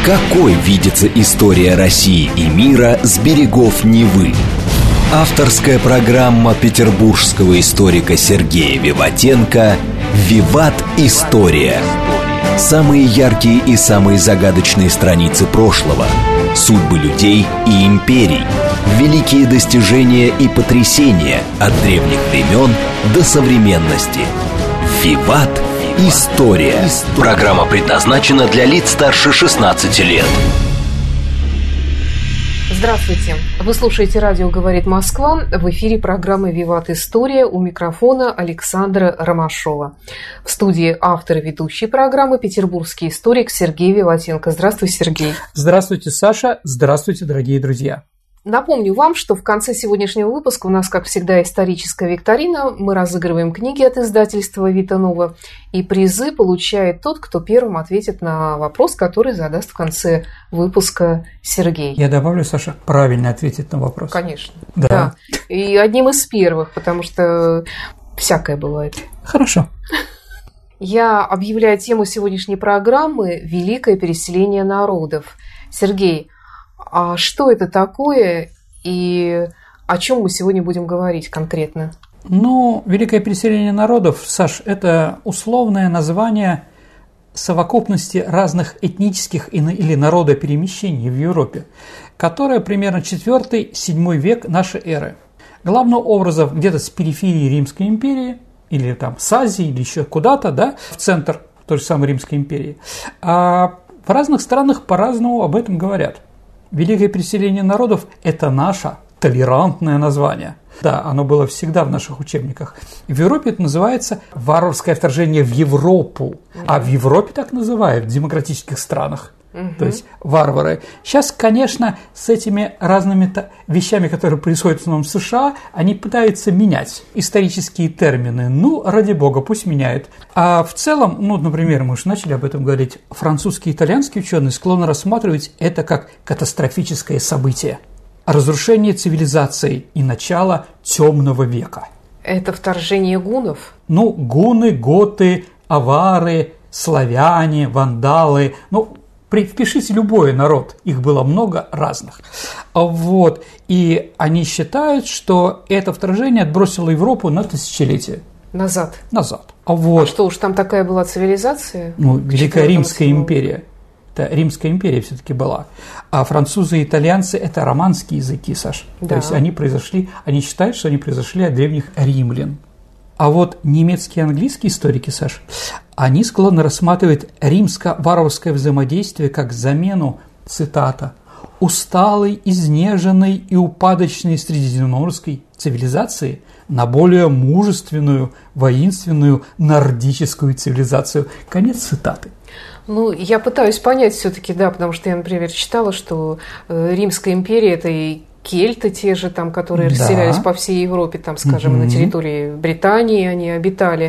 Какой видится история России и мира с берегов Невы? Авторская программа петербургского историка Сергея Виватенко «Виват. История». Самые яркие и самые загадочные страницы прошлого, судьбы людей и империй, великие достижения и потрясения от древних времен до современности. «Виват. История». Программа предназначена для лиц старше 16 лет. Здравствуйте! Вы слушаете «Радио говорит Москва». В эфире программы «Виват. История». У микрофона Александра Ромашова. В студии автор и ведущий программы петербургский историк Сергей Виватенко. Здравствуй, Сергей! Здравствуйте, Саша! Здравствуйте, дорогие друзья! Напомню вам, что в конце сегодняшнего выпуска у нас, как всегда, историческая викторина. Мы разыгрываем книги от издательства «Вита Нова». И призы получает тот, кто первым ответит на вопрос, который задаст в конце выпуска Сергей. Я добавлю, Саша, правильно ответить на вопрос. Конечно. Да. И одним из первых, потому что всякое бывает. Хорошо. Я объявляю тему сегодняшней программы «Великое переселение народов». Сергей, а что это такое и о чем мы сегодня будем говорить конкретно? Великое переселение народов, Саш, это условное название совокупности разных этнических или народоперемещений в Европе, которое примерно 4-7 век нашей эры. Главным образом где-то с периферии Римской империи, или там с Азии, или еще куда-то, да, в центр той же самой Римской империи. А в разных странах по-разному об этом говорят. Великое переселение народов – это наше толерантное название. Да, оно было всегда в наших учебниках. В Европе это называется варварское вторжение в Европу. А в Европе так называют, в демократических странах. То есть варвары. Сейчас, конечно, с этими разными вещами, которые происходят в основном в США, они пытаются менять исторические термины. Ради бога, пусть меняют. А в целом, например, мы уже начали об этом говорить, французские и итальянские ученые склонны рассматривать это как катастрофическое событие. Разрушение цивилизации и начало темного века. Это вторжение гуннов? Гуны, готы, авары, славяне, вандалы, впишите любой народ, их было много разных. И они считают, что это вторжение отбросило Европу на тысячелетия. Назад. А что уж там такая была цивилизация? Великая Римская империя. Это Римская империя все-таки была. А французы и итальянцы – это романские языки, Саш. Да. То есть они считают, что они произошли от древних римлян. А немецкие и английские историки, Саш, они склонны рассматривать римско-варварское взаимодействие как замену, цитата, «усталой, изнеженной и упадочной средиземноморской цивилизации на более мужественную, воинственную нордическую цивилизацию». Конец цитаты. Я пытаюсь понять все-таки, да, потому что я, например, читала, что Римская империя – это и кельты те же, там, которые расселялись по всей Европе, там, скажем, на территории Британии они обитали.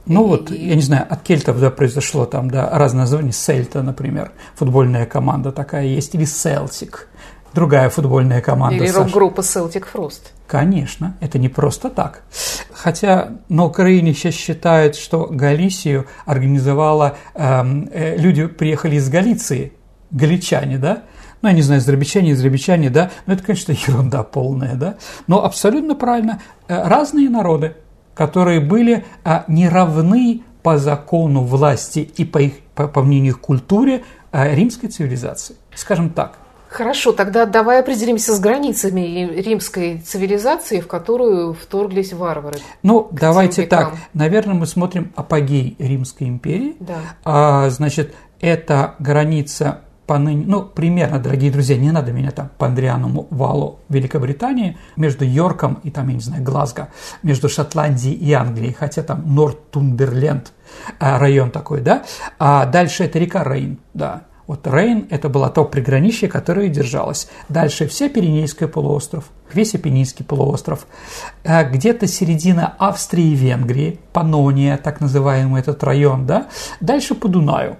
Я не знаю, от кельтов, произошло там, разные названия, Сельта, например, футбольная команда такая есть, или Селтик, другая футбольная команда. Или рок-группа Celtic Frost. Конечно, это не просто так. Хотя на Украине сейчас считают, что Галисию организовала, люди приехали из Галиции, галичане, да? Я не знаю, азербайджане, да? Это, конечно, ерунда полная, да? Но абсолютно правильно, разные народы, которые были не равны по закону власти и по мнению их культуре римской цивилизации. Скажем так. Хорошо, тогда давай определимся с границами римской цивилизации, в которую вторглись варвары. Давайте так. Наверное, мы смотрим апогей Римской империи. Да. Это граница поныне, примерно, дорогие друзья, не надо меня там по Андрианому валу Великобритании, между Йорком и там, я не знаю, Глазго, между Шотландией и Англией, хотя там Нортумберленд район такой, да, а дальше это река Рейн, да. Рейн – это было то приграничье, которое держалось. Дальше вся Пиренейский полуостров, весь Апеннинский полуостров, где-то середина Австрии и Венгрии, Паннония, так называемый этот район, да. Дальше по Дунаю.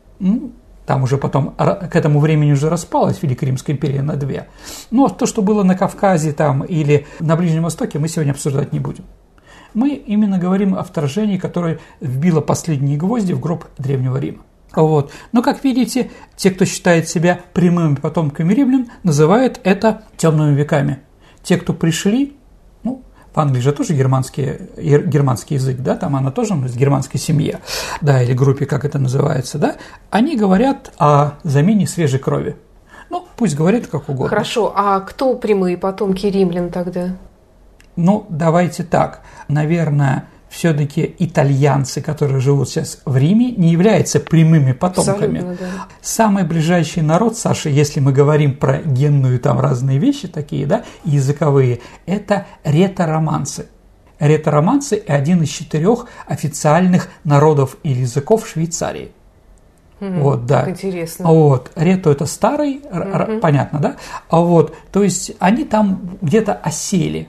Там уже потом, к этому времени уже распалась Великая Римская империя на две. То, что было на Кавказе там или на Ближнем Востоке, мы сегодня обсуждать не будем. Мы именно говорим о вторжении, которое вбило последние гвозди в гроб Древнего Рима. Вот. Но, как видите, те, кто считает себя прямыми потомками римлян, называют это темными веками. Те, кто пришли, в Англии же тоже германский язык, да, там она тоже из германской семьи, да, или группе, как это называется, да, они говорят о замене свежей крови. Пусть говорят как угодно. Хорошо, а кто прямые потомки римлян тогда? Давайте так. Наверное, все-таки итальянцы, которые живут сейчас в Риме, не являются прямыми потомками. Абсолютно, да. Самый ближайший народ, Саша, если мы говорим про генную, там разные вещи такие, да, языковые, это ретро-романцы. Ретро-романцы – один из 4 официальных народов и языков Швейцарии. Да. Интересно. Рето – это старый, понятно, да? То есть они там где-то осели,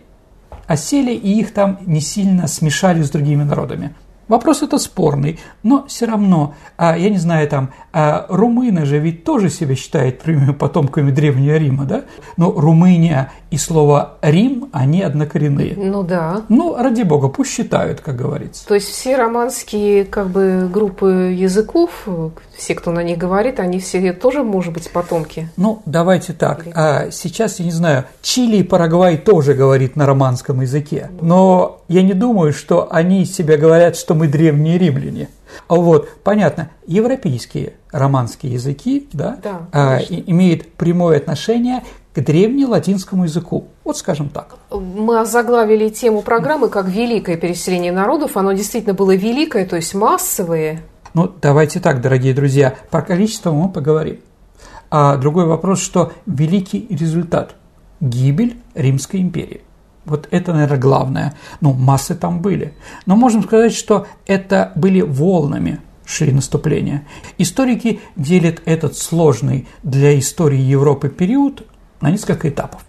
и их там не сильно смешали с другими народами. Вопрос это спорный, но все равно, я не знаю, там, румыны же ведь тоже себя считают прямыми потомками Древнего Рима, да? Но Румыния и слово «Рим», они однокоренные. Да. Ради бога, пусть считают, как говорится. То есть все романские группы языков, все, кто на них говорит, они все тоже, может быть, потомки? Давайте так. Сейчас, я не знаю, Чили и Парагвай тоже говорит на романском языке, но я не думаю, что они себя говорят, что мы древние римляне. Понятно, европейские романские языки, да, имеют прямое отношение к древнелатинскому языку. Скажем так. Мы озаглавили тему программы как «Великое переселение народов». Оно действительно было великое, то есть массовое. Давайте так, дорогие друзья, про количество мы поговорим. Другой вопрос, что великий результат – гибель Римской империи. Это, наверное, главное. Массы там были. Но можем сказать, что это были волнами шли наступления. Историки делят этот сложный для истории Европы период на несколько этапов.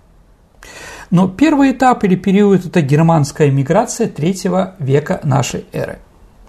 Но первый этап или период – это германская миграция 3 века нашей эры.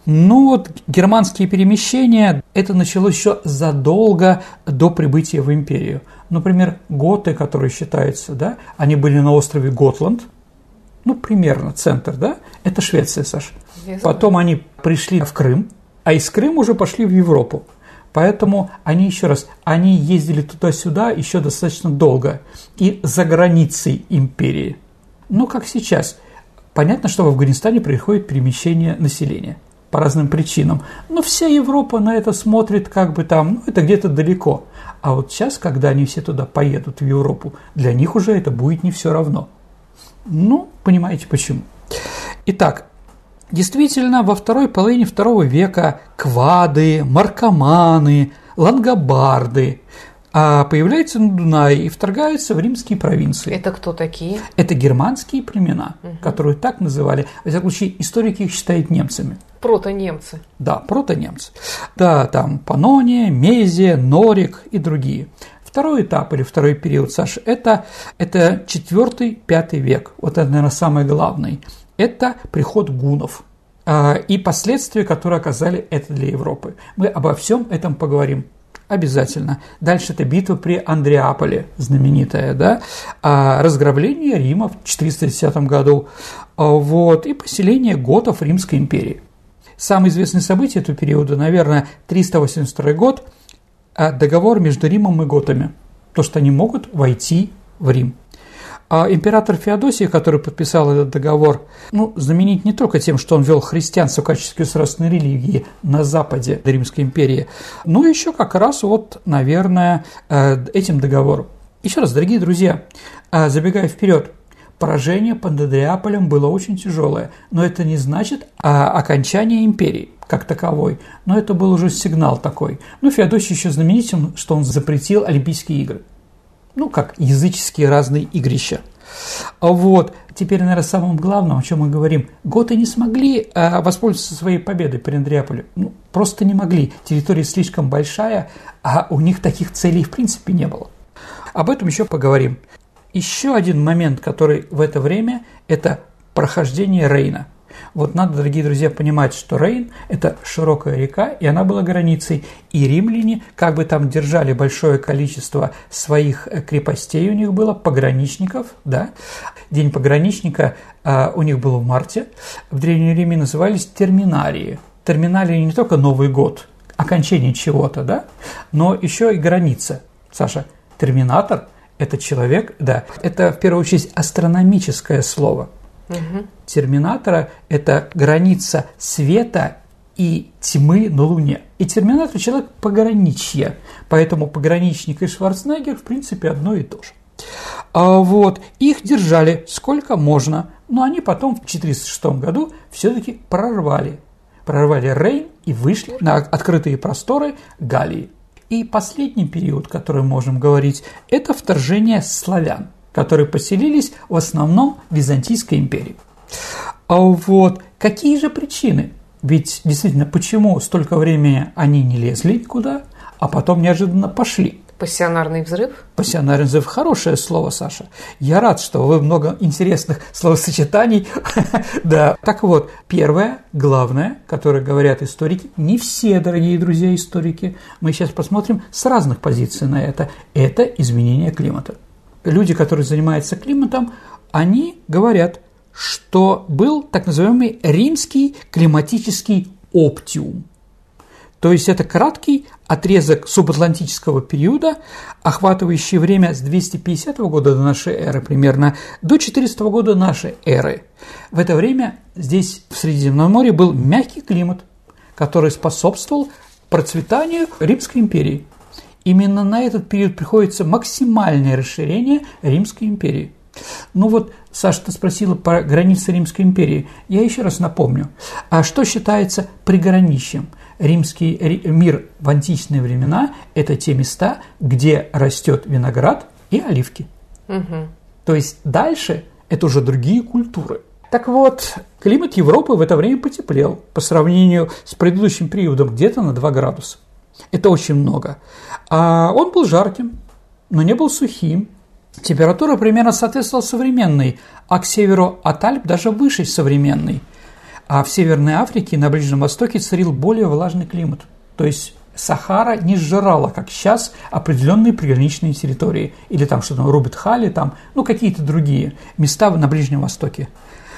Германские перемещения – это началось еще задолго до прибытия в империю. Например, готы, которые считаются, да, они были на острове Готланд, примерно центр, да, это Швеция, Саша. Потом они пришли в Крым, а из Крыма уже пошли в Европу. Поэтому они ездили туда-сюда еще достаточно долго и за границей империи. Как сейчас. Понятно, что в Афганистане происходит перемещение населения по разным причинам. Но вся Европа на это смотрит это где-то далеко. А сейчас, когда они все туда поедут, в Европу, для них уже это будет не все равно. Понимаете почему. Итак, действительно, во второй половине II века квады, маркоманы, лангобарды появляются на Дунае и вторгаются в римские провинции. Это кто такие? Это германские племена, которые так называли. Во всяком случае, историки их считают немцами. Протонемцы. Да, протонемцы. Да, там Паннония, Мезия, Норик и другие. Второй этап или второй период, Саша, это 4-5 век. Это, наверное, самый главный. Это приход гуннов и последствия, которые оказали это для Европы. Мы обо всем этом поговорим обязательно. Дальше это битва при Андриаполе, знаменитая, да, разграбление Рима в 410 году, и поселение готов в Римской империи. Самое известное событие этого периода, наверное, 382 год, договор между Римом и готами, то, что они могут войти в Рим. Император Феодосий, который подписал этот договор, знаменит не только тем, что он ввел христианство в качестве государственной религии на западе Римской империи, но еще как раз наверное, этим договором. Еще раз, дорогие друзья, забегая вперед, поражение под Андриаполем было очень тяжелое, но это не значит окончание империи как таковой, но это был уже сигнал такой. Феодосий еще знаменитым, что он запретил Олимпийские игры. Как языческие разные игрища. Теперь, наверное, самым главным, о чем мы говорим. Готы не смогли воспользоваться своей победой при Андриаполе. Просто не могли. Территория слишком большая, а у них таких целей в принципе не было. Об этом еще поговорим. Еще один момент, который в это время, это прохождение Рейна. Надо, дорогие друзья, понимать, что Рейн – это широкая река, и она была границей. И римляне там держали большое количество своих крепостей, у них было пограничников, да. День пограничника у них был в марте. В Древнем Риме назывались терминарии. Терминарии не только Новый год, окончание чего-то, да, но еще и граница. Саша, терминатор – это человек, да, это в первую очередь астрономическое слово. Терминатора – это граница света и тьмы на Луне. И терминатор – человек пограничья, поэтому пограничник и Шварценеггер в принципе одно и то же. Вот, их держали сколько можно, но они потом в 1946 году все-таки прорвали Рейн и вышли на открытые просторы Галлии. И последний период, который мы можем говорить, это вторжение славян, которые поселились в основном в Византийской империи. Вот, какие же причины? Ведь действительно, почему столько времени они не лезли никуда, а потом неожиданно пошли? Пассионарный взрыв? Пассионарный взрыв – хорошее слово, Саша. Я рад, что вы много интересных словосочетаний. Да. Так вот, первое, главное, которое говорят историки, не все, дорогие друзья историки, мы сейчас посмотрим с разных позиций на это изменение климата. Люди, которые занимаются климатом, они говорят, что был так называемый римский климатический оптимум. То есть это краткий отрезок субатлантического периода, охватывающий время с 250 года до нашей эры примерно до 400 года нашей эры. В это время здесь в Средиземноморье был мягкий климат, который способствовал процветанию Римской империи. Именно на этот период приходится максимальное расширение Римской империи. Ну вот, Саша, ты спросила про границы Римской империи. Я еще раз напомню. А что считается приграничьем? Римский мир в античные времена – это те места, где растет виноград и оливки. То есть дальше это уже другие культуры. Так вот, климат Европы в это время потеплел по сравнению с предыдущим периодом где-то на 2 градуса. Это очень много. А он был жарким, но не был сухим. Температура примерно соответствовала современной, а к северу от Альп даже выше современной. А в Северной Африке и на Ближнем Востоке царил более влажный климат. То есть Сахара не сжирала, как сейчас, определенные приграничные территории. Или там что-то, Рубет-Хали, там, ну, какие-то другие места на Ближнем Востоке.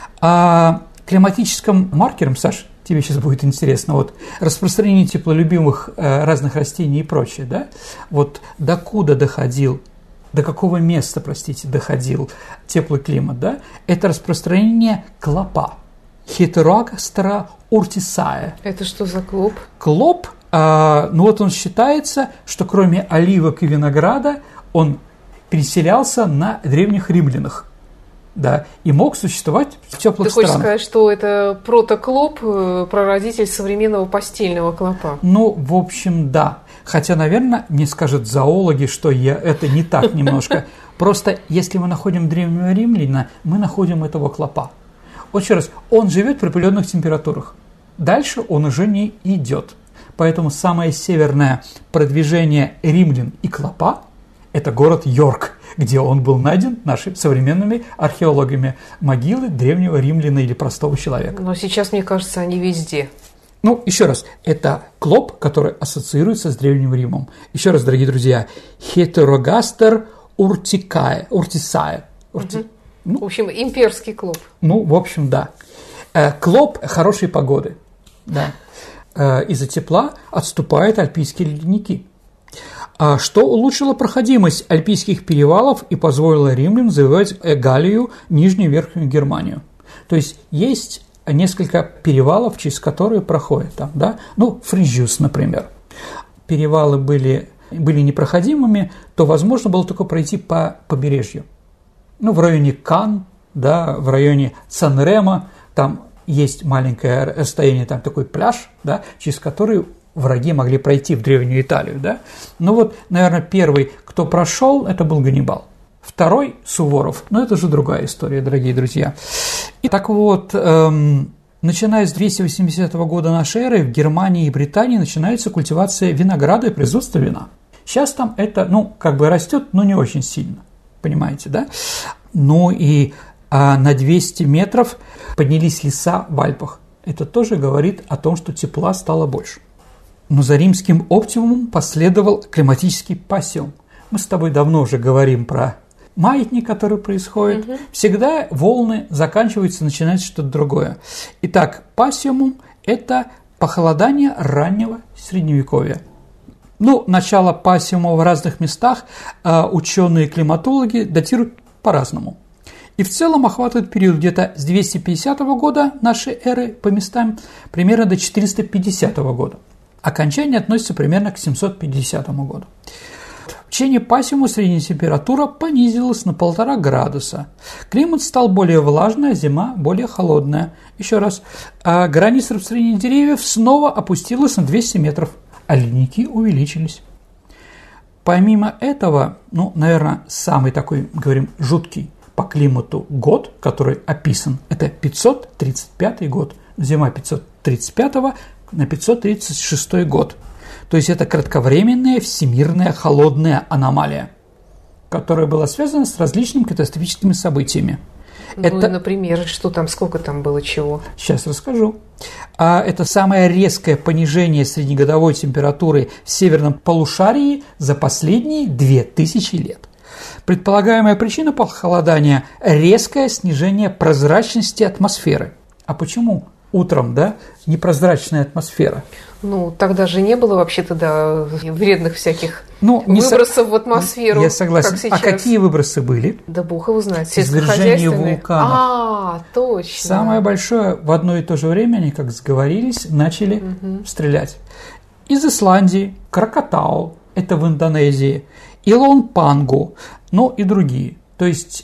А климатическим маркером, Саш, тебе сейчас будет интересно, вот распространение теплолюбимых разных растений и прочее, да? Вот докуда доходил, до какого места, простите, доходил теплый климат, да? Это распространение клопа. Heterogastera urticae. Это что за клоп? Клоп, ну вот он считается, что кроме оливок и винограда он переселялся на древних римлянах, да, и мог существовать в теплых странах. Ты хочешь сказать, что это протоклоп, прародитель современного постельного клопа? Ну, в общем, да. Хотя, наверное, мне скажут зоологи, что это не так немножко. Просто если мы находим древнего римляна, мы находим этого клопа. Вот еще раз, он живет при определенных температурах. Дальше он уже не идет. Поэтому самое северное продвижение римлян и клопа – это город Йорк, где он был найден нашими современными археологами, могилы древнего римляна или простого человека. Но сейчас, мне кажется, они везде. Ну, еще раз, это клоп, который ассоциируется с Древним Римом. Еще раз, дорогие друзья, Heterogastera urticae. Ну, в общем, имперский клоп. Ну, в общем, да. Клоп хорошей погоды. Да. Из-за тепла отступают альпийские ледники. Что улучшило проходимость альпийских перевалов и позволило римлянам завоевать Галлию, Нижнюю и Верхнюю Германию. То есть есть несколько перевалов, через которые проходят там, да? Ну, Фрижиус, например. Перевалы были непроходимыми, то возможно было только пройти по побережью. Ну, в районе Кан, да, в районе Сан-Ремо, там есть маленькое расстояние, там такой пляж, да, через который враги могли пройти в Древнюю Италию, да. Ну вот, наверное, первый, кто прошел, это был Ганнибал. Второй – Суворов, но это уже другая история, дорогие друзья. И так вот, начиная с 280 года нашей эры в Германии и Британии начинается культивация винограда и производство вина. Сейчас там это, ну, как бы растет, но не очень сильно. Понимаете, да? Ну и на 200 метров поднялись леса в Альпах. Это тоже говорит о том, что тепла стало больше. Но за римским оптимумом последовал климатический пассиум. Мы с тобой давно уже говорим про маятник, который происходит. Всегда волны заканчиваются, начинается что-то другое. Итак, пассиумум – это похолодание раннего Средневековья. Начало пассиума в разных местах ученые-климатологи датируют по-разному. И в целом охватывает период где-то с 250 года нашей эры по местам примерно до 450 года. Окончание относится примерно к 750 году. В течение пассиума средняя температура понизилась на 1,5 градуса. Климат стал более влажный, а зима более холодная. Еще раз, граница распространения деревьев снова опустилась на 200 метров, а ледники увеличились. Помимо этого, наверное, самый такой, говорим, жуткий по климату год, который описан, это 535 год. Зима 535 на 536 год. То есть это кратковременная всемирная холодная аномалия, которая была связана с различными катастрофическими событиями. Например, что там, сколько там было чего? Сейчас расскажу. Это самое резкое понижение среднегодовой температуры в северном полушарии за последние 2000 лет. Предполагаемая причина похолодания – резкое снижение прозрачности атмосферы. А почему утром, непрозрачная атмосфера? Тогда же не было вообще-то, вредных всяких выбросов в атмосферу. Я согласен. Как сейчас. А какие выбросы были? Да бог его знает. Извержение вулканов. Точно. Самое большое, в одно и то же время они, как сговорились, начали стрелять. Из Исландии, Кракатау, это в Индонезии, Илон-Пангу, и другие. То есть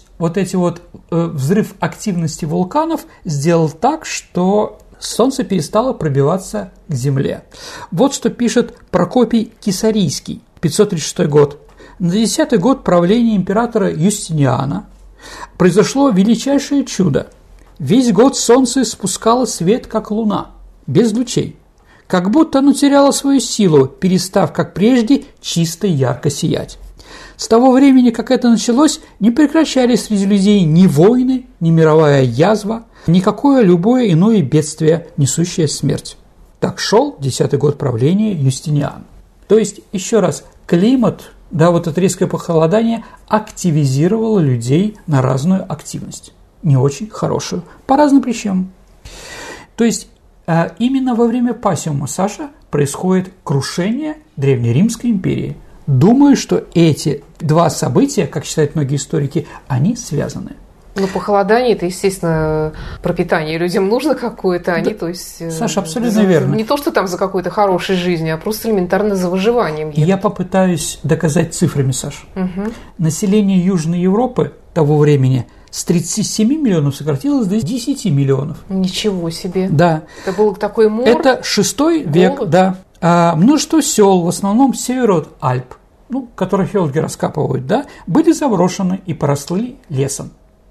взрыв активности вулканов сделал так, что Солнце перестало пробиваться к Земле. Вот что пишет Прокопий Кесарийский, 536 год. На 10-й год правления императора Юстиниана произошло величайшее чудо. Весь год Солнце спускало свет, как луна, без лучей. Как будто оно теряло свою силу, перестав, как прежде, чисто и ярко сиять. С того времени, как это началось, не прекращались среди людей ни войны, ни мировая язва, никакое любое иное бедствие, несущее смерть. Так шел 10-й год правления Юстиниана. То есть, еще раз, климат, это резкое похолодание активизировало людей на разную активность. Не очень хорошую, по разным причинам. То есть, именно во время пассиума, Саша, происходит крушение Древнеримской империи. Думаю, что эти два события, как считают многие историки, они связаны. Похолодание – это, естественно, пропитание людям нужно какое-то, Саша, абсолютно верно. Не то, что там за какой-то хорошей жизнью, а просто элементарно за выживанием. Я попытаюсь доказать цифрами, Саша. Население Южной Европы того времени с 37 миллионов сократилось до 10 миллионов. Ничего себе. Да. Это был такой мор. Это 6 век, да. Множество сел, в основном с севера от Альп, которые археологи раскапывают, были заброшены и поросли лесом.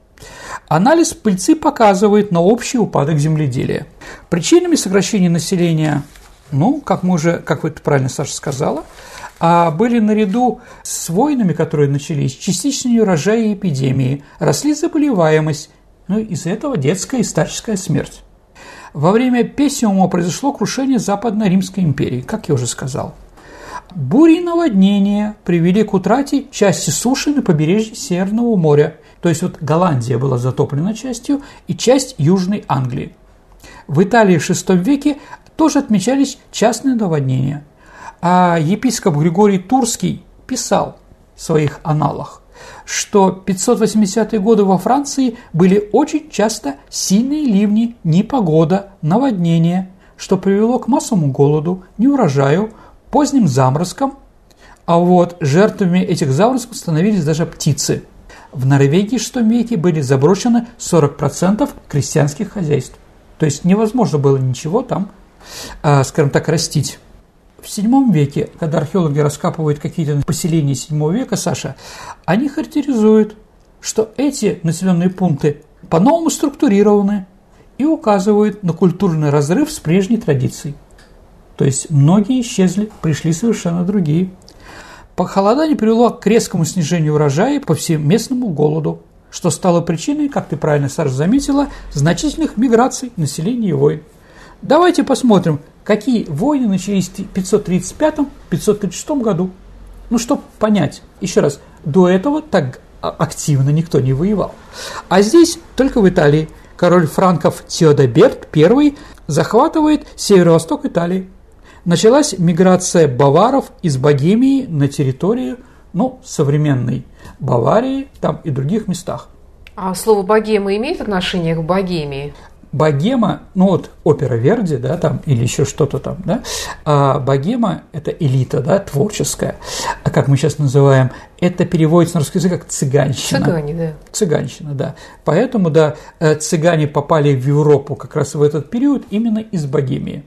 Анализ пыльцы показывает на общий упадок земледелия. Причинами сокращения населения, как вы правильно, Саша, сказала, были наряду с войнами, которые начались, частичные неурожаи и эпидемии, росли заболеваемость, из-за этого детская и старческая смерть. Во время Пессиума произошло крушение Западно-Римской империи, как я уже сказал. Бури и наводнения привели к утрате части суши на побережье Северного моря. То есть Голландия была затоплена частью и часть Южной Англии. В Италии в VI веке тоже отмечались частные наводнения. А епископ Григорий Турский писал в своих аналах, что 580-е годы во Франции были очень часто сильные ливни, непогода, наводнения, что привело к массовому голоду, неурожаю, поздним заморозкам, жертвами этих заморозков становились даже птицы. В Норвегии в VI веке были заброшены 40% крестьянских хозяйств. То есть невозможно было ничего там, растить. В VII веке, когда археологи раскапывают какие-то поселения VII века, Саша, они характеризуют, что эти населенные пункты по-новому структурированы и указывают на культурный разрыв с прежней традицией. То есть многие исчезли, пришли совершенно другие. Похолодание привело к резкому снижению урожая и повсеместному голоду, что стало причиной, как ты правильно, Саша, заметила, значительных миграций населения и войн. Давайте посмотрим, какие войны начались в 535-536 году. Чтобы понять, еще раз, до этого так активно никто не воевал. А здесь, только в Италии, король франков Теодоберт I захватывает северо-восток Италии. Началась миграция баваров из Богемии на территорию, современной Баварии, там и других местах. А слово «богема» имеет отношение к Богемии? Богема, опера Верди, да, там, или еще что-то там, да, а богема – это элита, да, творческая, а как мы сейчас называем, это переводится на русский язык как цыганщина. Цыгане, да. Цыганщина, да. Поэтому, да, цыгане попали в Европу как раз в этот период именно из Богемии.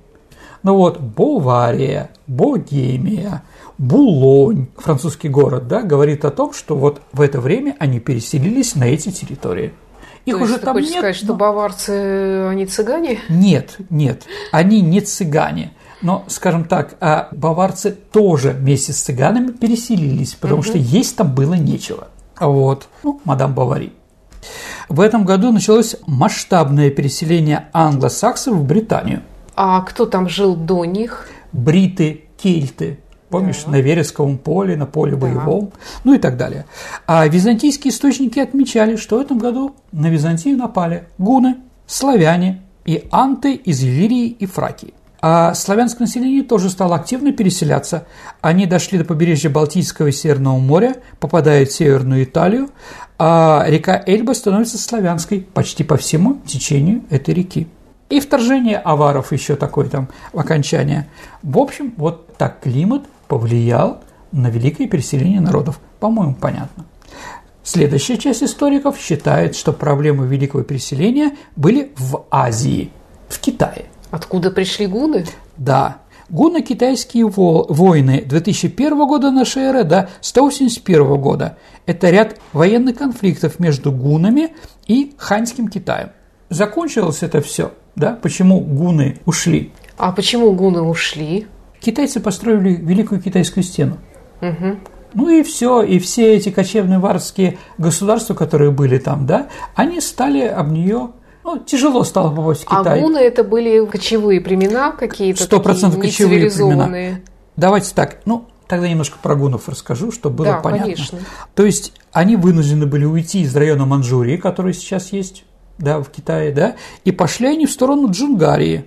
Бавария, Богемия, Булонь, французский город, да, говорит о том, что вот в это время они переселились на эти территории. Их То уже есть там ты хочешь нет, сказать, что баварцы, они цыгане? Нет, они не цыгане. Но, скажем так, баварцы тоже вместе с цыганами переселились, потому что есть там было нечего. Мадам Бавари. В этом году началось масштабное переселение англосаксов в Британию. А кто там жил до них? Бриты, кельты. Помнишь, на Вересковом поле, на поле боевом, и так далее. А византийские источники отмечали, что в этом году на Византию напали гуны, славяне и анты из Иллирии и Фракии. А славянское население тоже стало активно переселяться. Они дошли до побережья Балтийского и Северного моря, попадают в Северную Италию, а река Эльба становится славянской почти по всему течению этой реки. И вторжение аваров еще такое там окончание. В общем, вот так климат повлиял на великое переселение народов. По-моему, понятно. Следующая часть историков считает, что проблемы великого переселения были в Азии, в Китае. Откуда пришли гуны? Да. Гунно-китайские войны 2001 года нашей эры до 181 года – это ряд военных конфликтов между гуннами и ханьским Китаем. Закончилось это все, да? Почему гунны ушли? А почему гунны ушли? Китайцы построили Великую Китайскую стену. Угу. И все эти кочевные варварские государства, которые были там, да, они стали об нее, тяжело стало попасть в Китай. А гунны это были кочевые племена какие-то? 100% кочевые племена. Давайте так, тогда немножко про гуннов расскажу, чтобы было понятно. Конечно. То есть они вынуждены были уйти из района Манчжурии, который сейчас есть, да, в Китае, да, и пошли они в сторону Джунгарии.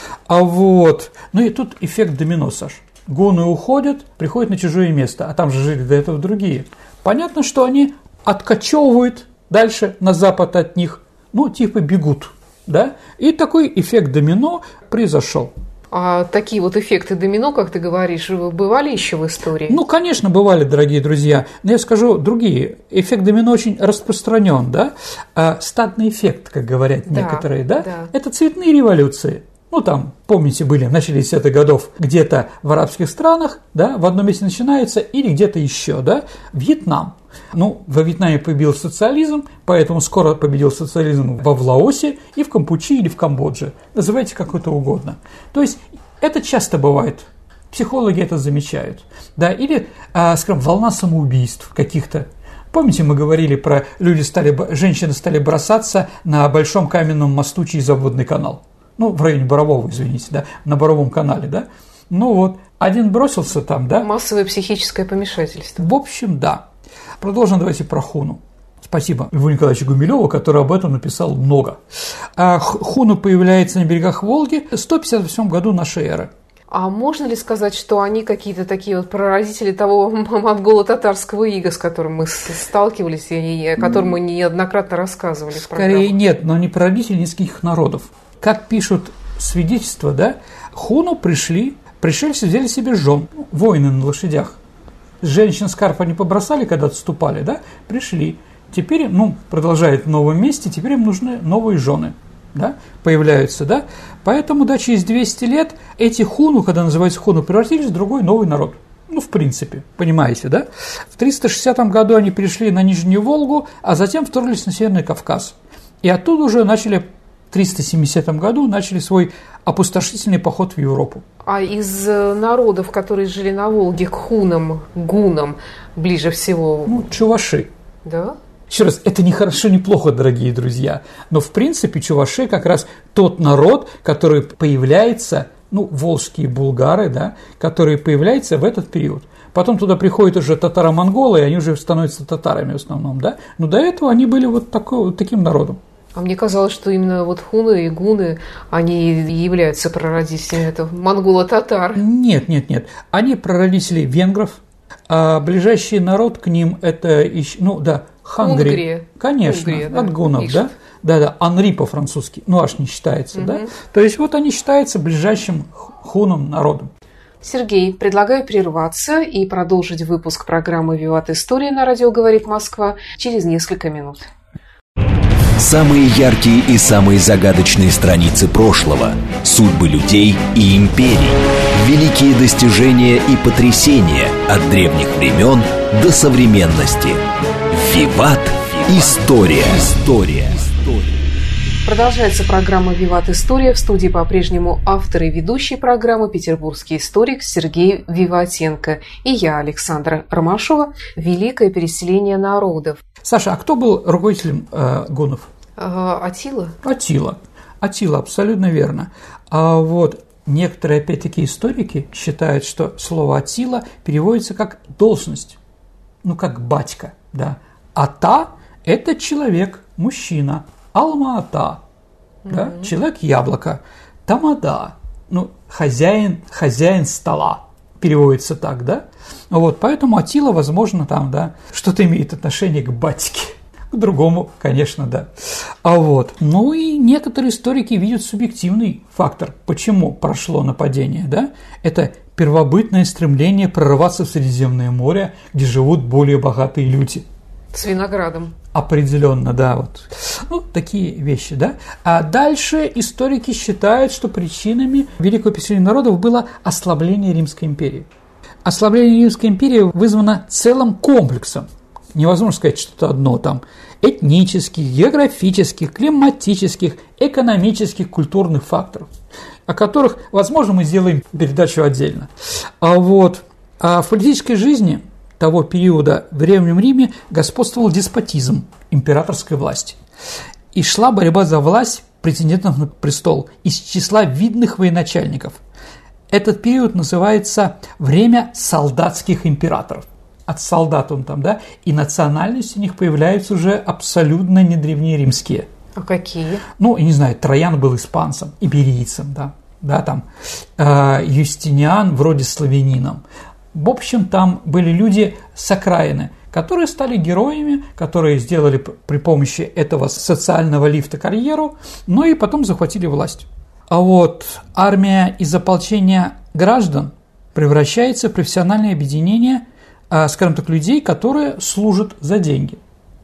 И тут эффект домино, Саш. Гунны уходят, приходят на чужое место, а там же жили до этого другие. Понятно, что они откачевывают дальше на запад от них, бегут, да, и такой эффект домино произошел. А такие вот эффекты домино, как ты говоришь, бывали еще в истории? Конечно, бывали, дорогие друзья. Но я скажу другие. Эффект домино очень распространен, да. Стадный эффект, как говорят некоторые, да. Это цветные революции. Помните, были в начале 10-х годов где-то в арабских странах, да, в одном месте начинается, или где-то еще, да, Вьетнам. Во Вьетнаме победил социализм, поэтому скоро победил социализм в Лаосе и в Кампучи или в Камбодже. Называйте как это угодно. То есть это часто бывает. Психологи это замечают. Да, или, скажем, волна самоубийств каких-то. Помните, мы говорили про женщины стали бросаться на большом каменном мосту через обводный канал. В районе Борового, извините, да, на Боровом канале, да. Один бросился там, да. Массовое психическое помешательство. В общем, да. Продолжим давайте про хуну. Спасибо Льву Николаевичу Гумилеву, который об этом написал много. Хуна появляется на берегах Волги в 158 году нашей эры. А можно ли сказать, что они какие-то такие вот прародители того монголо-татарского ига, с которым мы сталкивались и о котором мы неоднократно рассказывали? Скорее нет, но не прародители нескольких народов. Как пишут свидетельства, да, хуну пришельцы взяли себе жен, воины на лошадях. Женщин скарф они побросали, когда отступали, да, пришли. Теперь, продолжают в новом месте, теперь им нужны новые жены, да, появляются, да. Поэтому, да, через 200 лет эти хуну, когда называются хуну, превратились в другой новый народ. В принципе, понимаете, да? В 360 году они перешли на Нижнюю Волгу, а затем вторглись на Северный Кавказ. И оттуда уже в 370 году начали свой опустошительный поход в Европу. А из народов, которые жили на Волге, к хунам, гунам ближе всего? Чуваши. Да? Еще раз, это не хорошо, не плохо, дорогие друзья, но в принципе чуваши как раз тот народ, который появляется, волжские булгары, да, которые появляются в этот период. Потом туда приходят уже татаро-монголы, и они уже становятся татарами в основном, да. Но до этого они были таким народом. А мне казалось, что именно вот хуны и гуны, они являются прародителями этого монголо-татар. Нет. Они прародители венгров, а ближайший народ к ним это Хангрия. Конечно, Унгрия, да, от гуннов, пишут. да. Да, Анри по-французски, аж не считается, да. То есть вот они считаются ближайшим хунам народом. Сергей, предлагаю прерваться и продолжить выпуск программы «Виват История» на радио «Говорит Москва» через несколько минут. Самые яркие и самые загадочные страницы прошлого, судьбы людей и империй, великие достижения и потрясения от древних времен до современности. Виват История. Продолжается программа «Виват История». В студии по-прежнему автор и ведущий программы петербургский историк Сергей Виватенко и я, Александра Ромашова. «Великое переселение народов». Саша, а кто был руководителем гуннов? Аттила. Аттила, абсолютно верно. А вот некоторые, опять-таки, историки считают, что слово «Аттила» переводится как «должность», как «батька», да. «Ата» – это человек, мужчина. Алма-ата, да? Человек-яблоко. Тамада, хозяин стола, переводится так, да? Вот, поэтому Аттила, возможно, там, да, что-то имеет отношение к батьке. К другому, конечно, да. И некоторые историки видят субъективный фактор, почему прошло нападение, да? Это первобытное стремление прорваться в Средиземное море, где живут более богатые люди. С виноградом. Определенно, да, такие вещи, да. А дальше историки считают, что причинами великого переселения народов было ослабление Римской империи. Ослабление Римской империи вызвано целым комплексом. Невозможно сказать что-то одно там. Этнических, географических, климатических, экономических, культурных факторов, о которых, возможно, мы сделаем передачу отдельно. А в политической жизни того периода в Древнем Риме господствовал деспотизм императорской власти. И шла борьба за власть претендентов на престол из числа видных военачальников. Этот период называется «время солдатских императоров». От солдат он там, да, и национальности у них появляются уже абсолютно не древнеримские. А какие? Я не знаю, Троян был испанцем, иберийцем, Юстиниан вроде славянином. В общем, там были люди с окраины, которые стали героями, которые сделали при помощи этого социального лифта карьеру, и потом захватили власть. А армия из ополчения граждан превращается в профессиональное объединение, скажем так, людей, которые служат за деньги.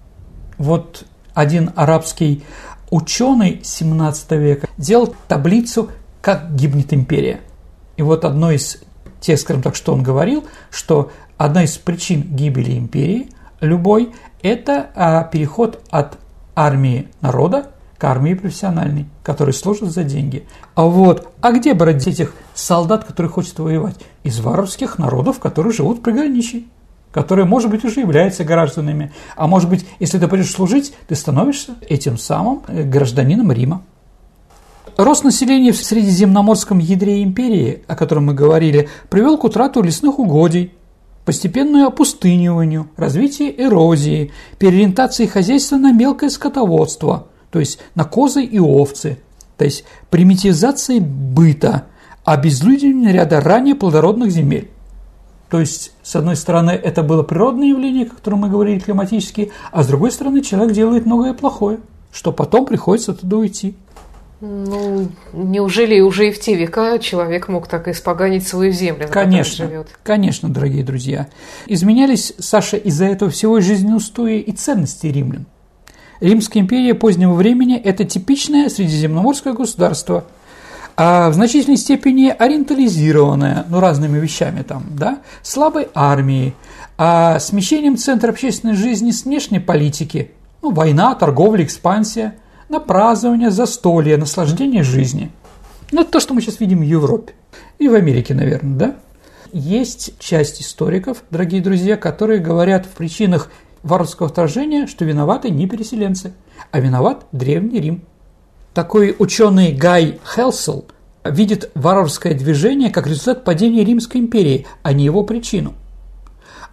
Один арабский ученый 17 века делал таблицу, как гибнет империя. И одно из тех, скажем так, что он говорил, что одна из причин гибели империи любой – это переход от армии народа к армии профессиональной, которые служат за деньги. А где брать этих солдат, которые хотят воевать? Из варварских народов, которые живут в приграничье, которые, может быть, уже являются гражданами. А может быть, если ты пойдешь служить, ты становишься этим самым гражданином Рима. Рост населения в средиземноморском ядре империи, о котором мы говорили, привел к утрату лесных угодий, постепенному опустыниванию, развитию эрозии, переориентации хозяйства на мелкое скотоводство, то есть на козы и овцы, то есть примитивизации быта, обезлюдивание ряда ранее плодородных земель. То есть, с одной стороны, это было природное явление, о котором мы говорили, климатические, а с другой стороны, человек делает многое плохое, что потом приходится туда уйти. Неужели уже и в те века человек мог так испоганить свою землю, на которой живет? Конечно, дорогие друзья. Изменялись, Саша, из-за этого всего и жизненные устои и ценности римлян. Римская империя позднего времени – это типичное средиземноморское государство, в значительной степени ориентализированное, разными вещами слабой армией, смещением центра общественной жизни с внешней политики, война, торговля, экспансия, на празднование, застолье, наслаждение жизни. Это то, что мы сейчас видим в Европе и в Америке, наверное, да? Есть часть историков, дорогие друзья, которые говорят в причинах варварского вторжения, что виноваты не переселенцы, а виноват Древний Рим. Такой ученый Гай Хелсел видит варварское движение как результат падения Римской империи, а не его причину.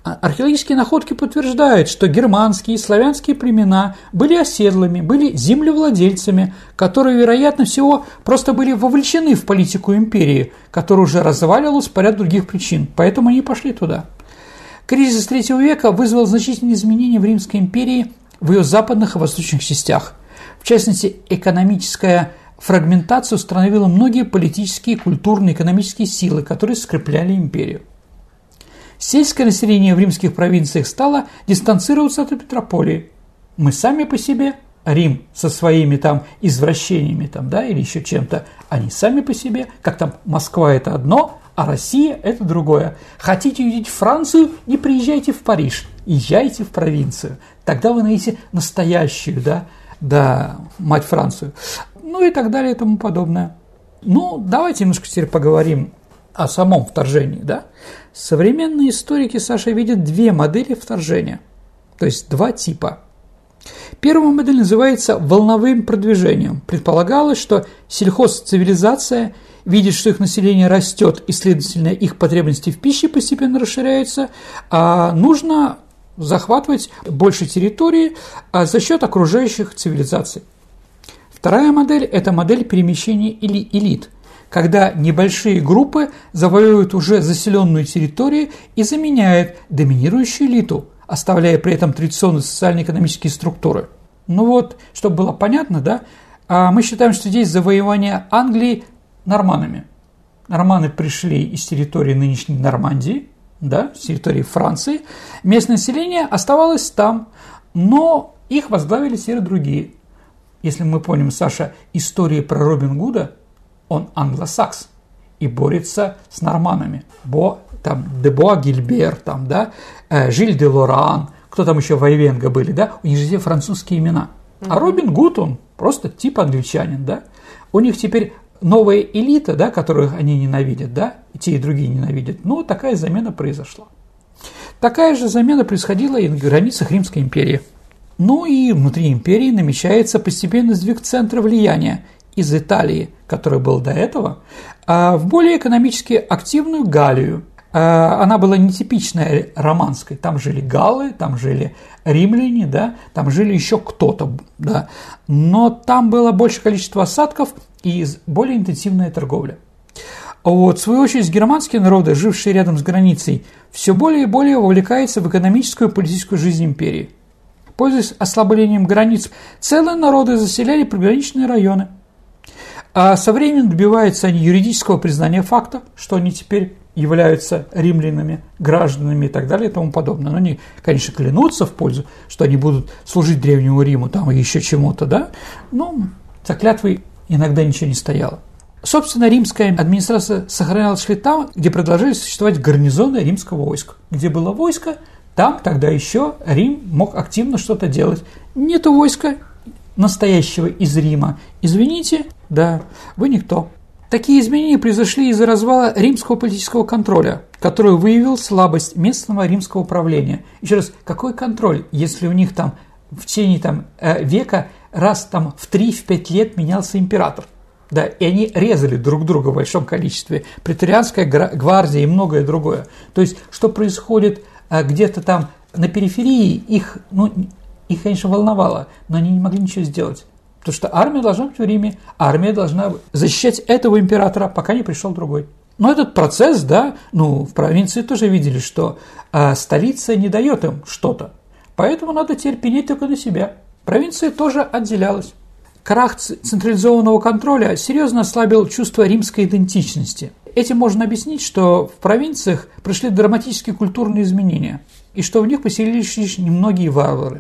Археологические находки подтверждают, что германские и славянские племена были оседлыми, были землевладельцами, которые, вероятно всего, просто были вовлечены в политику империи, которая уже разваливалась по ряду других причин, поэтому они пошли туда. Кризис III века вызвал значительные изменения в Римской империи в ее западных и восточных частях. В частности, экономическая фрагментация установила многие политические, культурные, экономические силы, которые скрепляли империю. Сельское население в римских провинциях стало дистанцироваться от метрополии. Мы сами по себе, Рим со своими там извращениями там, да, или еще чем-то, они сами по себе, как там Москва – это одно, а Россия – это другое. Хотите увидеть Францию – не приезжайте в Париж, езжайте в провинцию. Тогда вы найдете настоящую, да, мать Францию. Ну и так далее и тому подобное. Ну, давайте немножко теперь поговорим о самом вторжении, да. Современные историки, Саша, видят две модели вторжения, то есть два типа. Первая модель называется волновым продвижением. Предполагалось, что сельхозцивилизация видит, что их население растет и, следовательно, их потребности в пище постепенно расширяются, а нужно захватывать больше территории за счет окружающих цивилизаций. Вторая модель – это модель перемещения или элит, когда небольшие группы завоевывают уже заселенную территорию и заменяют доминирующую элиту, оставляя при этом традиционные социально-экономические структуры. Ну вот, чтобы было понятно, да, мы считаем, что здесь завоевание Англии норманнами. Норманы пришли из территории нынешней Нормандии, да, с территории Франции. Местное население оставалось там, но их возглавили теперь другие. Если мы помним, Саша, истории про Робин Гуда, он англосакс и борется с норманами. де Боа Гильбер, там, да, Жиль де Лоран, кто там еще вайвенга были, да, у них же все французские имена. А Робин Гуд, он просто тип англичанин, да. У них теперь новая элита, да, которых они ненавидят, да, и те и другие ненавидят. Ну, такая замена произошла. Такая же замена происходила и на границах Римской империи. Ну и внутри империи намечается постепенный сдвиг центра влияния из Италии, который был до этого, в более экономически активную Галлию. Она была нетипичная романской. Там жили галлы, там жили римляне, да, там жили еще кто-то, да. Но там было больше количество осадков и более интенсивная торговля. Вот, в свою очередь, германские народы, жившие рядом с границей, все более и более вовлекаются в экономическую и политическую жизнь империи. Пользуясь ослаблением границ, целые народы заселяли приграничные районы. А со временем добиваются они юридического признания факта, что они теперь являются римлянами, гражданами и так далее и тому подобное. Но они, конечно, клянутся в пользу, что они будут служить Древнему Риму там и еще чему-то, да, но за клятвой иногда ничего не стояло. Собственно, римская администрация сохранялась лишь там, где продолжали существовать гарнизоны римского войска. Где было войско, там тогда еще Рим мог активно что-то делать. Нету войска настоящего из Рима. Извините, да, вы никто. Такие изменения произошли из-за развала римского политического контроля, который выявил слабость местного римского управления. Еще раз, какой контроль, если у них там в течение века раз там в 3-5 лет менялся император? Да, и они резали друг друга в большом количестве. Преторианская гвардия и многое другое. То есть, что происходит где-то там на периферии, их, конечно, волновало, но они не могли ничего сделать. Потому что армия должна быть в Риме, армия должна защищать этого императора, пока не пришел другой. Но этот процесс, да, в провинции тоже видели, что столица не дает им что-то. Поэтому надо теперь пенять только на себя. Провинция тоже отделялась. Крах централизованного контроля серьезно ослабил чувство римской идентичности. Этим можно объяснить, что в провинциях прошли драматические культурные изменения, и что в них поселились лишь немногие варвары.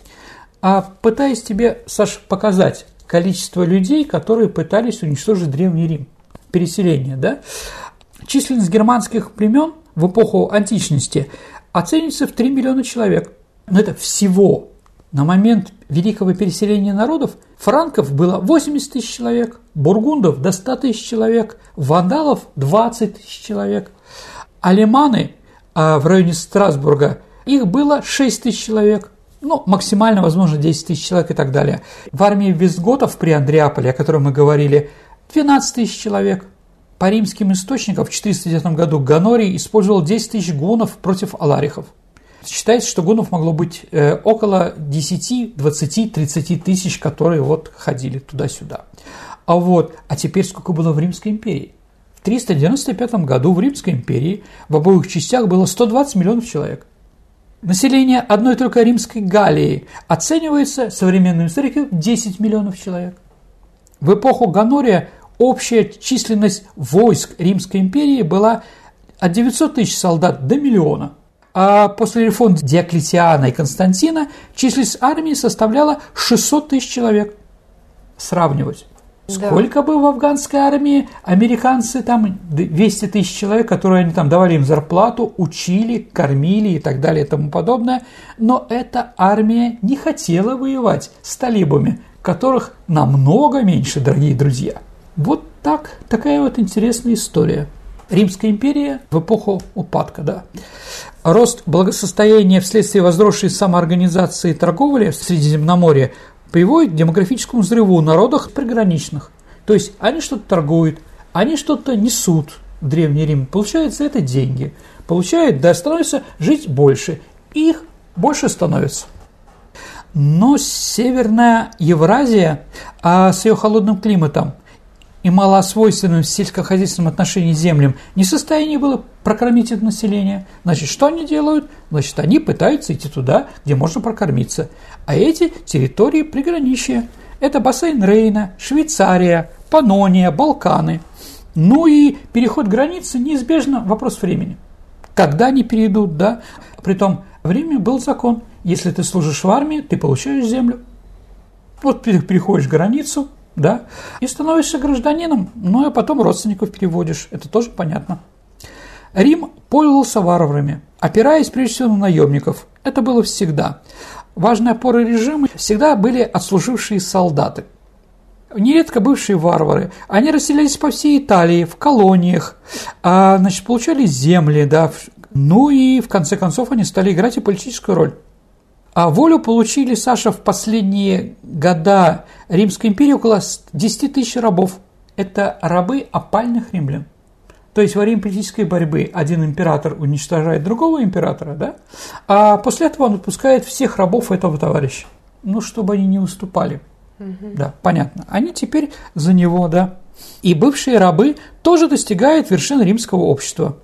Пытаясь тебе, Саша, показать количество людей, которые пытались уничтожить Древний Рим, переселение, да? Численность германских племен в эпоху античности оценивается в 3 миллиона человек. Но это всего. На момент великого переселения народов франков было 80 тысяч человек, бургундов до 100 тысяч человек, вандалов 20 тысяч человек, алеманы в районе Страсбурга, их было 6 тысяч человек, максимально, возможно, 10 тысяч человек и так далее. В армии вестготов при Андреаполе, о котором мы говорили, 12 тысяч человек. По римским источникам в 409 году Гонорий использовал 10 тысяч гуннов против аларихов. Считается, что гуннов могло быть около 10, 20, 30 тысяч, которые вот ходили туда-сюда. А теперь сколько было в Римской империи? В 395 году в Римской империи в обоих частях было 120 миллионов человек. Население одной только Римской Галлии оценивается современными историками в 10 миллионов человек. В эпоху Гонория общая численность войск Римской империи была от 900 тысяч солдат до миллиона. А после реформ Диоклетиана и Константина численность армии составляла 600 тысяч человек. Сравнивать. Да. Сколько было в афганской армии? Американцы там 200 тысяч человек, которые они там давали им зарплату, учили, кормили и так далее и тому подобное. Но эта армия не хотела воевать с талибами, которых намного меньше, дорогие друзья. Вот такая вот интересная история. Римская империя в эпоху упадка, да. Рост благосостояния вследствие возросшей самоорганизации торговли в Средиземноморье приводит к демографическому взрыву в народах приграничных. То есть они что-то торгуют, они что-то несут в Древний Рим, получают за это деньги, становится жить больше, и их больше становится. Но Северная Евразия с ее холодным климатом и малоосвойственным в сельскохозяйственном отношении землям не в состоянии было прокормить это население. Значит, что они делают? Значит, они пытаются идти туда, где можно прокормиться. А эти территории приграничья. Это бассейн Рейна, Швейцария, Паннония, Балканы. Ну и переход границы неизбежно вопрос времени. Когда они перейдут, да? Притом в Риме был закон. Если ты служишь в армии, ты получаешь землю. Вот ты переходишь границу, да, и становишься гражданином, ну и потом родственников переводишь, это тоже понятно. Рим пользовался варварами, опираясь прежде всего на наемников, это было всегда. Важной опорой режима всегда были отслужившие солдаты. Нередко бывшие варвары, они расселялись по всей Италии, в колониях, получали земли, да, ну и в конце концов они стали играть и политическую роль. А волю получили, Саша, в последние года Римской империи около 10 тысяч рабов. Это рабы опальных римлян. То есть во время политической борьбы один император уничтожает другого императора, да? А после этого он отпускает всех рабов этого товарища. Ну, чтобы они не уступали. Да, понятно. Они теперь за него, да. И бывшие рабы тоже достигают вершин римского общества.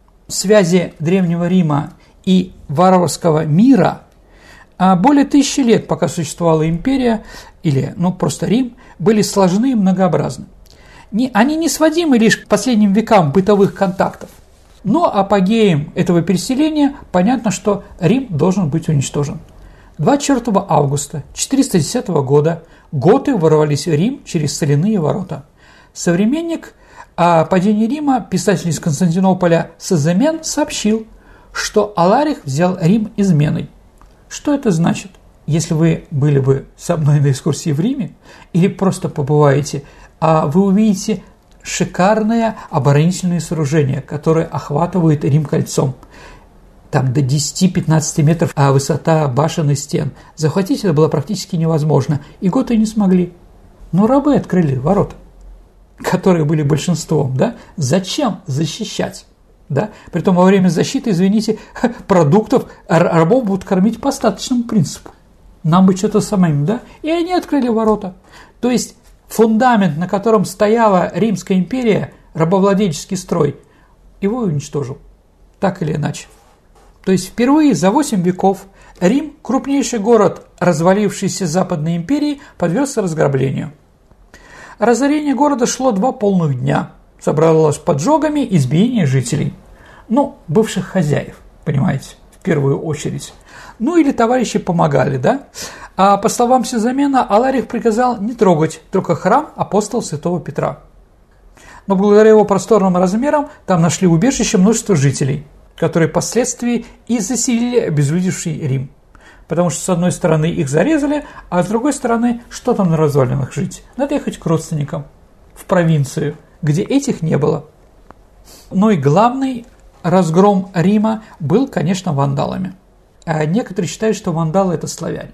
Связи Древнего Рима и варварского мира более 1000 лет, пока существовала империя, или просто Рим, были сложны и многообразны. Они не сводимы лишь к последним векам бытовых контактов. Но апогеем этого переселения понятно, что Рим должен быть уничтожен. 24 августа 410 года готы ворвались в Рим через соляные ворота. Современник о падении Рима, писатель из Константинополя Соземен, сообщил, что Аларих взял Рим изменой. Что это значит? Если вы были бы со мной на экскурсии в Риме или просто побываете, вы увидите шикарное оборонительное сооружение, которое охватывает Рим кольцом. Там до 10-15 метров высота башен и стен. Захватить это было практически невозможно, и готы не смогли. Но рабы открыли ворота, которые были большинством. Да? Зачем защищать? Да? Притом во время защиты, извините, продуктов рабов будут кормить по остаточному принципу. Нам бы что-то самим, да? И они открыли ворота. То есть фундамент, на котором стояла Римская империя, рабовладельческий строй, его уничтожил. Так или иначе. То есть впервые за 8 веков Рим, крупнейший город развалившейся Западной империи, подвергся разграблению. Разорение города шло 2 полных дня. Собралось поджогами и избиением жителей. Бывших хозяев, понимаете, в первую очередь. Или товарищи помогали, да? А по словам Соземена, Аларих приказал не трогать только храм апостола святого Петра. Но благодаря его просторным размерам там нашли убежище множество жителей, которые впоследствии и заселили обезлюдевший Рим. Потому что с одной стороны их зарезали, а с другой стороны, что там на развалинах жить? Надо ехать к родственникам в провинцию, где этих не было. Но и главный разгром Рима был, конечно, вандалами. А некоторые считают, что вандалы – это славяне.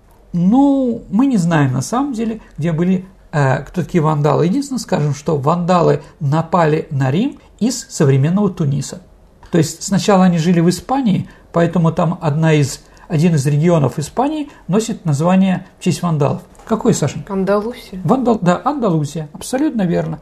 Мы не знаем на самом деле, где были кто такие вандалы. Единственное, скажем, что вандалы напали на Рим из современного Туниса. То есть сначала они жили в Испании, поэтому там один из регионов Испании носит название в честь вандалов. Какой, Сашенька? Андалусия. Да, Андалусия, абсолютно верно.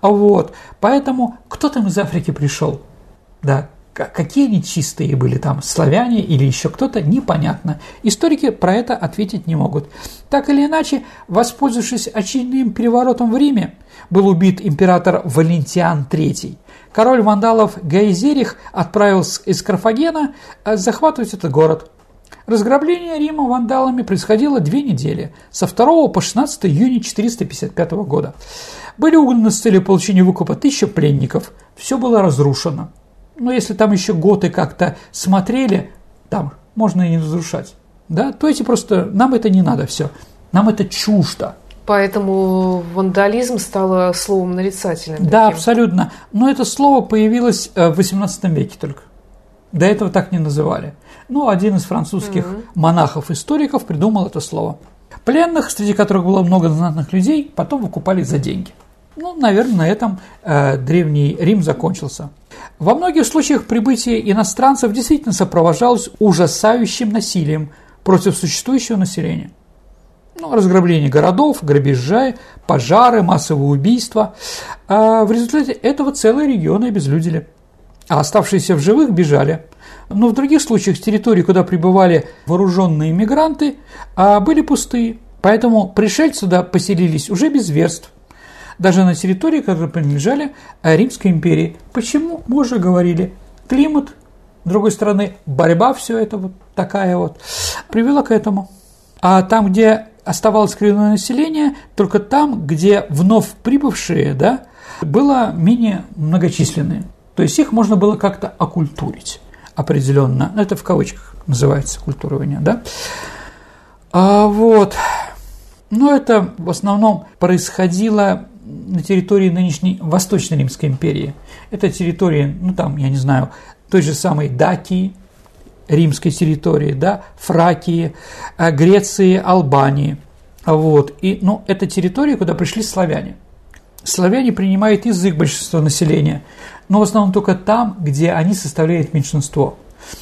Поэтому кто там из Африки пришел? Да, какие они чистые были там, славяне или еще кто-то, непонятно. Историки про это ответить не могут. Так или иначе, воспользовавшись очередным переворотом в Риме, был убит император Валентиан III. Король вандалов Гаизерих отправился из Карфагена захватывать этот город. Разграбление Рима вандалами происходило 2 недели, со 2 по 16 июня 455 года. Были угнаны с целью получения выкупа 1000 пленников, все было разрушено. Но если там еще готы как-то смотрели, там можно и не разрушать. Да? То есть просто нам это не надо все, нам это чуждо. Поэтому вандализм стало словом нарицательным. Да, таким. абсолютно. Но это слово появилось в XVIII веке только. До этого так не называли. Один из французских монахов-историков придумал это слово. Пленных, среди которых было много знатных людей, потом выкупали за деньги. Наверное, на этом Древний Рим закончился. Во многих случаях прибытие иностранцев действительно сопровождалось ужасающим насилием против существующего населения. Разграбление городов, грабежи, пожары, массовые убийства. В результате этого целые регионы обезлюдили. А оставшиеся в живых бежали. Но в других случаях территории, куда прибывали вооруженные мигранты, были пустые. Поэтому пришельцы сюда поселились уже без верств. Даже на территории, которые принадлежали Римской империи. Почему? Мы уже говорили. Климат, с другой стороны, борьба, все это такая привела к этому. А там, где оставалось коренное население, только там, где вновь прибывшие, было менее многочисленные. То есть их можно было как-то окультурить определенно. Это в кавычках называется культурование, да? Это в основном происходило на территории нынешней Восточной Римской империи. Это территории, той же самой Дакии, римской территории, Фракии, Греции, Албании. Это территории, куда пришли славяне. Славяне принимают язык большинства населения, но в основном только там, где они составляют меньшинство.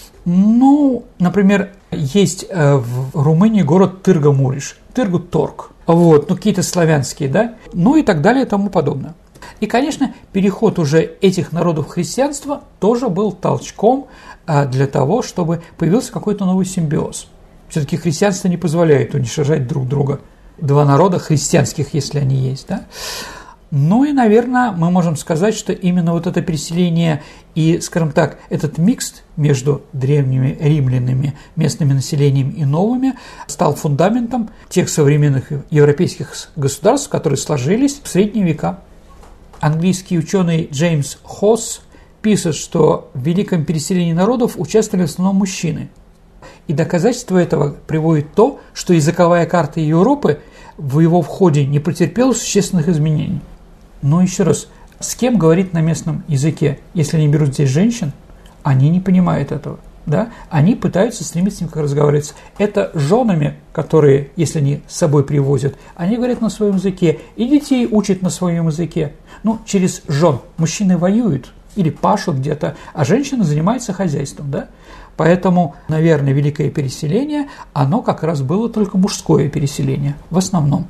Например, есть в Румынии город Тырга-Муриш, Тыргу-Торг, какие-то славянские, и так далее и тому подобное. И, конечно, переход уже этих народов в христианство тоже был толчком для того, чтобы появился какой-то новый симбиоз. Все-таки христианство не позволяет уничтожать друг друга. 2 народа христианских, если они есть, и, наверное, мы можем сказать, что именно это переселение и, скажем так, этот микс между древними римлянами, местным населением и новыми стал фундаментом тех современных европейских государств, которые сложились в средние века. Английский ученый Джеймс Хосс пишет, что в великом переселении народов участвовали в основном мужчины. И доказательство этого приводит то, что языковая карта Европы в его входе не претерпела существенных изменений. Но еще раз, с кем говорить на местном языке? Если они берут здесь женщин, они не понимают этого. Они пытаются с ними как разговаривать. Это женами, которые, если они с собой привозят, они говорят на своем языке, и детей учат на своем языке. Через жен. Мужчины воюют или пашут где-то, а женщины занимаются хозяйством. Поэтому, наверное, великое переселение, оно как раз было только мужское переселение, в основном.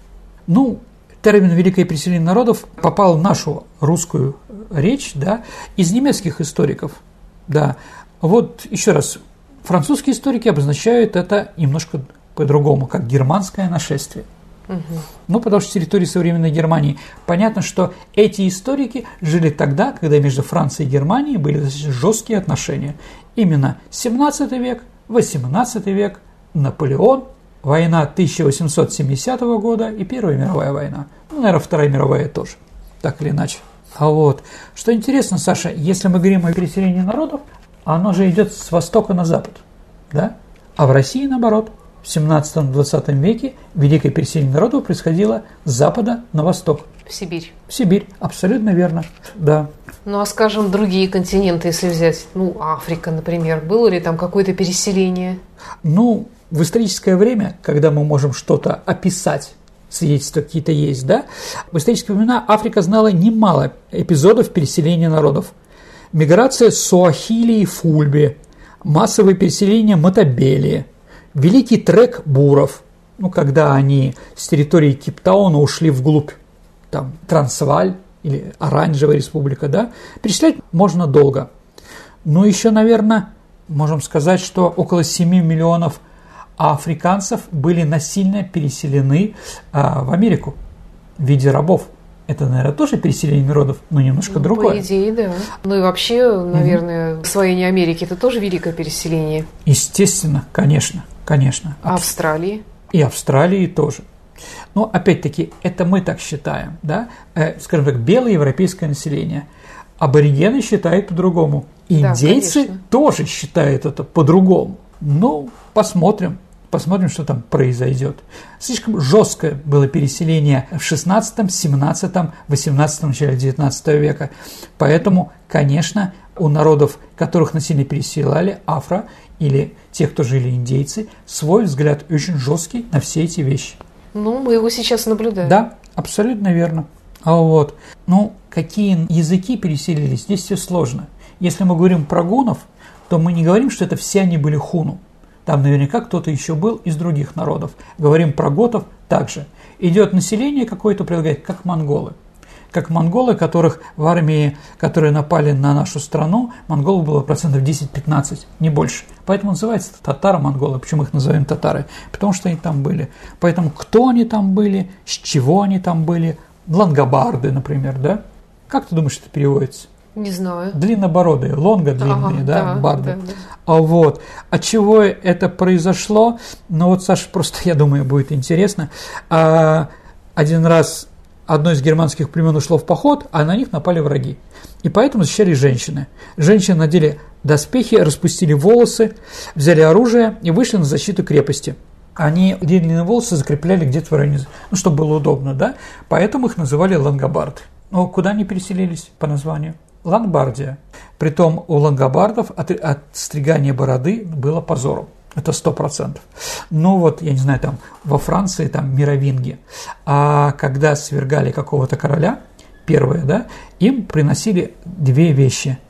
Термин «великое переселение народов» попал в нашу русскую речь, из немецких историков. Еще раз, французские историки обозначают это немножко по-другому, как германское нашествие. Потому что территории современной Германии. Понятно, что эти историки жили тогда, когда между Францией и Германией были жесткие отношения. Именно 17 век, 18 век, Наполеон, война 1870 года и Первая мировая война. Наверное, Вторая мировая тоже, так или иначе. Что интересно, Саша, если мы говорим о переселении народов, оно же идет с востока на запад, А в России, наоборот, в 17-20 веке великое переселение народов происходило с запада на восток. В Сибирь. В Сибирь, абсолютно верно, скажем, другие континенты, если взять, Африка, например, было ли там какое-то переселение? В историческое время, когда мы можем что-то описать, свидетельства какие-то есть, в исторические времена Африка знала немало эпизодов переселения народов. Миграция Суахили и Фульби, массовое переселение Матабелии, великий трек буров, когда они с территории Кейптауна ушли вглубь, там, Трансвааль или Оранжевая республика, да, перечислять можно долго. Но еще, наверное, можем сказать, что около 7 миллионов африканцев были насильно переселены в Америку в виде рабов. Это, наверное, тоже переселение народов, но немножко другое. По идее, да. Ну и вообще, наверное, освоение Америки – это тоже великое переселение. Естественно, конечно. А Австралии? И Австралии тоже. Но, опять-таки, это мы так считаем, да? Скажем так, белое европейское население. Аборигены считают по-другому. Индейцы тоже считают это по-другому. Ну, посмотрим. Посмотрим, что там произойдет. Слишком жесткое было переселение в 16, 17, 18, начале 19 века. Поэтому, конечно, у народов, которых насильно переселяли, афро или тех, кто жили индейцы, свой взгляд очень жесткий на все эти вещи. Ну, мы его сейчас наблюдаем. Да, абсолютно верно. Какие языки переселились, здесь все сложно. Если мы говорим про гуннов, то мы не говорим, что это все они были хуну. Там наверняка кто-то еще был из других народов. Говорим про готов также. Идет население какое-то, предлагает, как монголы. Как монголы, которых в армии, которые напали на нашу страну, монголов было 10-15%, не больше. Поэтому называется татаро-монголы. Почему их называем татары? Потому что они там были. Поэтому кто они там были, с чего они там были. Лангобарды, например, да? Как ты думаешь, это переводится? Не знаю. Длиннобородые, лонго длинные, барды. Да. От чего это произошло? Саша, просто, я думаю, будет интересно. Один раз одно из германских племен ушло в поход, а на них напали враги. И поэтому защищали женщины. Женщины надели доспехи, распустили волосы, взяли оружие и вышли на защиту крепости. Они длинные волосы закрепляли где-то в районе, чтобы было удобно, да? Поэтому их называли лангобарды. Куда они переселились по названию? Лангобардия. Притом у лангобардов отстригание бороды было позором. Это 100%. Я не знаю, там во Франции, там мировинги. А когда свергали какого-то короля, первое, да, им приносили две вещи.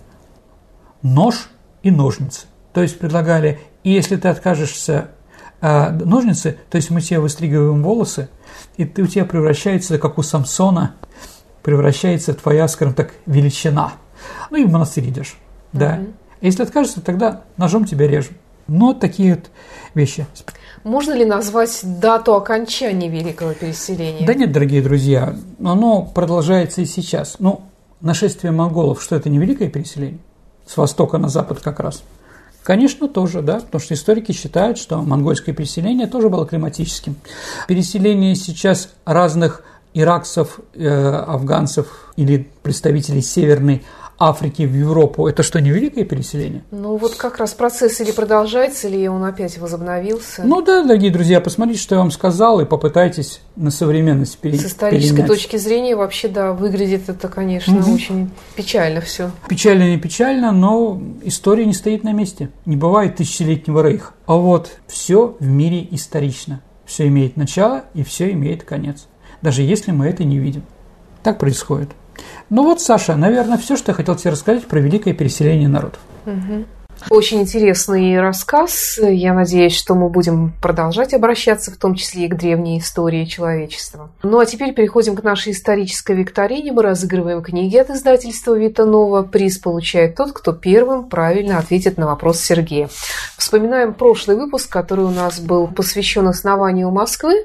Нож и ножницы. То есть предлагали, и если ты откажешься ножницы, то есть мы тебе выстригиваем волосы, и у тебя превращается, как у Самсона, превращается твоя, скажем так, величина. И в монастырь идешь. Да. Если откажешься, тогда ножом тебя режем. Такие вот вещи. Можно ли назвать дату окончания Великого переселения? Да нет, дорогие друзья, оно продолжается и сейчас. Нашествие монголов, что это не Великое переселение? С востока на запад как раз. Конечно, тоже, да, потому что историки считают, что монгольское переселение тоже было климатическим. Переселение сейчас разных иракцев, афганцев или представителей Северной Африки в Европу, это что, не великое переселение? Как раз процесс или продолжается, или он опять возобновился. Да, дорогие друзья, посмотрите, что я вам сказал, и попытайтесь на современность перенять. С исторической точки зрения вообще, да, выглядит это, конечно, очень печально все. Печально, не печально, но история не стоит на месте. Не бывает тысячелетнего рейха. Все в мире исторично. Все имеет начало, и все имеет конец. Даже если мы это не видим. Так происходит. Саша, наверное, все, что я хотел тебе рассказать про великое переселение народов. Очень интересный рассказ. Я надеюсь, что мы будем продолжать обращаться, в том числе и к древней истории человечества. А теперь переходим к нашей исторической викторине. Мы разыгрываем книги от издательства Вита Нова. Приз получает тот, кто первым правильно ответит на вопрос Сергея. Вспоминаем прошлый выпуск, который у нас был посвящен основанию Москвы.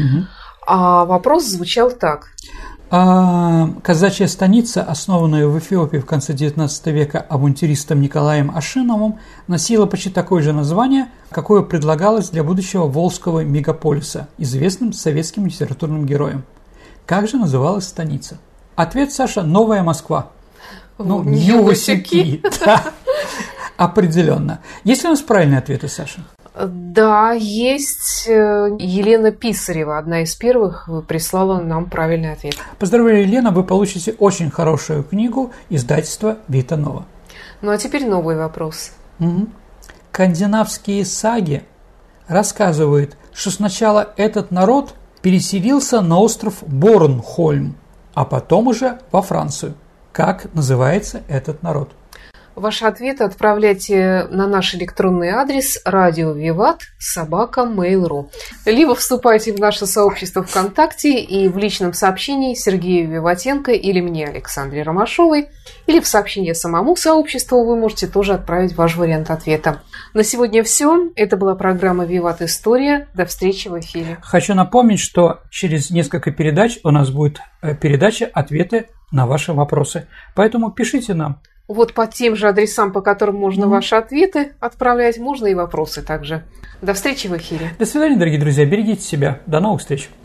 А вопрос звучал так. Казачья станица, основанная в Эфиопии в конце XIX века авантюристом Николаем Ашиновым, носила почти такое же название, какое предлагалось для будущего Волжского мегаполиса, известным советским литературным героем. Как же называлась станица? Ответ, Саша, Новая Москва. Нью-Васюки. Да, определенно. Есть ли у нас правильные ответы, Саша? Да, есть. Елена Писарева, одна из первых, прислала нам правильный ответ. Поздравляю, Елена, вы получите очень хорошую книгу издательства Вита Нова. А теперь новый вопрос. Скандинавские саги рассказывают, что сначала этот народ переселился на остров Борнхольм, а потом уже во Францию. Как называется этот народ? Ваши ответы отправляйте на наш электронный адрес radiovivat@mail.ru, либо вступайте в наше сообщество ВКонтакте и в личном сообщении Сергею Виватенко или мне, Александре Ромашовой, или в сообщение самому сообществу вы можете тоже отправить ваш вариант ответа. На сегодня все. Это была программа «Виват История». До встречи в эфире. Хочу напомнить, что через несколько передач у нас будет передача «Ответы на ваши вопросы». Поэтому пишите нам. Вот по тем же адресам, по которым можно ваши ответы отправлять, можно и вопросы также. До встречи в эфире. До свидания, дорогие друзья. Берегите себя. До новых встреч.